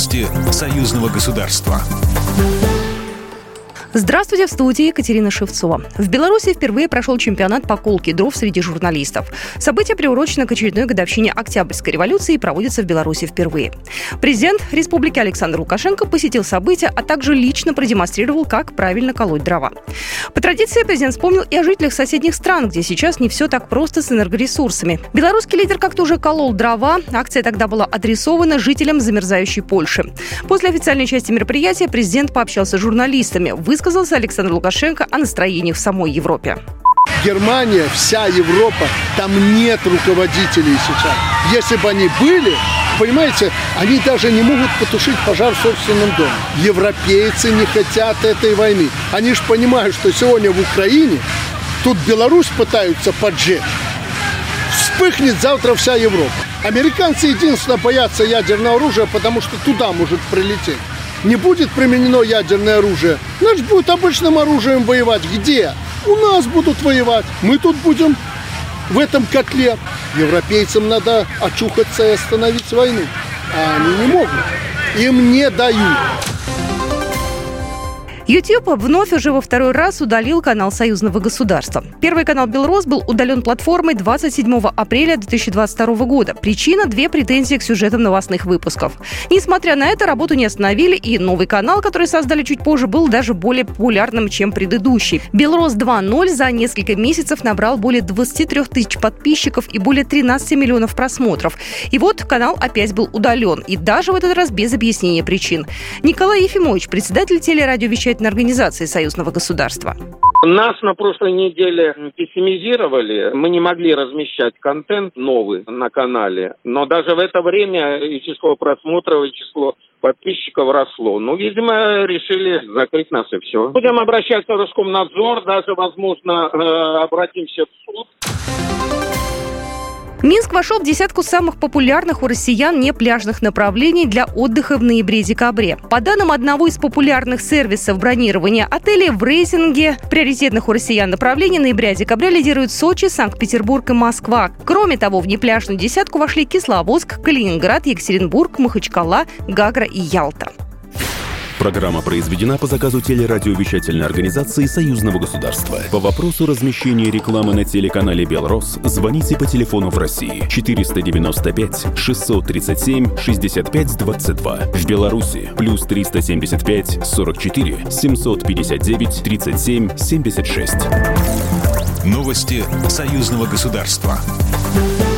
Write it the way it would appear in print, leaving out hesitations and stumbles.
Новости союзного государства. Здравствуйте, в студии Екатерина Шевцова. В Беларуси впервые прошел чемпионат по колке дров среди журналистов. Событие приурочено к очередной годовщине Октябрьской революции и проводится в Беларуси впервые. Президент республики Александр Лукашенко посетил событие, а также лично продемонстрировал, как правильно колоть дрова. По традиции президент вспомнил и о жителях соседних стран, где сейчас не все так просто с энергоресурсами. Белорусский лидер как-то уже колол дрова. Акция тогда была адресована жителям замерзающей Польши. После официальной части мероприятия президент пообщался с журналистами. Высказался Александр Лукашенко о настроениях в самой Европе. Германия, вся Европа, там нет руководителей сейчас. Если бы они были, понимаете, они даже не могут потушить пожар в собственном доме. Европейцы не хотят этой войны. Они же понимают, что сегодня в Украине, тут Беларусь пытаются поджечь. Вспыхнет завтра вся Европа. Американцы единственно боятся ядерного оружия, потому что туда может прилететь. Не будет применено ядерное оружие, значит, будет обычным оружием воевать. Где? У нас будут воевать. Мы тут будем в этом котле. Европейцам надо очухаться и остановить войну. А они не могут. Им не дают. YouTube вновь уже во второй раз удалил канал союзного государства. Первый канал «Белрос» был удален платформой 27 апреля 2022 года. Причина – 2 претензии к сюжетам новостных выпусков. Несмотря на это, работу не остановили, и новый канал, который создали чуть позже, был даже более популярным, чем предыдущий. «Белрос 2.0» за несколько месяцев набрал более 23 тысяч подписчиков и более 13 миллионов просмотров. И вот канал опять был удален, и даже в этот раз без объяснения причин. Николай Ефимович, председатель телерадиовещательной организации союзного государства. Нас на прошлой неделе пессимизировали. Мы не могли размещать контент новый на канале. Но даже в это время и число просмотров, и число подписчиков росло. Ну, видимо, решили закрыть нас и все. Будем обращаться в Роскомнадзор, даже, возможно, обратимся в суд. Минск вошел в десятку самых популярных у россиян непляжных направлений для отдыха в ноябре-декабре. По данным одного из популярных сервисов бронирования отелей, в рейтинге приоритетных у россиян направлений ноября-декабря лидируют Сочи, Санкт-Петербург и Москва. Кроме того, в непляжную десятку вошли Кисловодск, Калининград, Екатеринбург, Махачкала, Гагра и Ялта. Программа произведена по заказу телерадиовещательной организации союзного государства. По вопросу размещения рекламы на телеканале «Белрос» звоните по телефону в России 495 637 65 22. В Беларуси плюс 375 44 759 37 76. Новости союзного государства.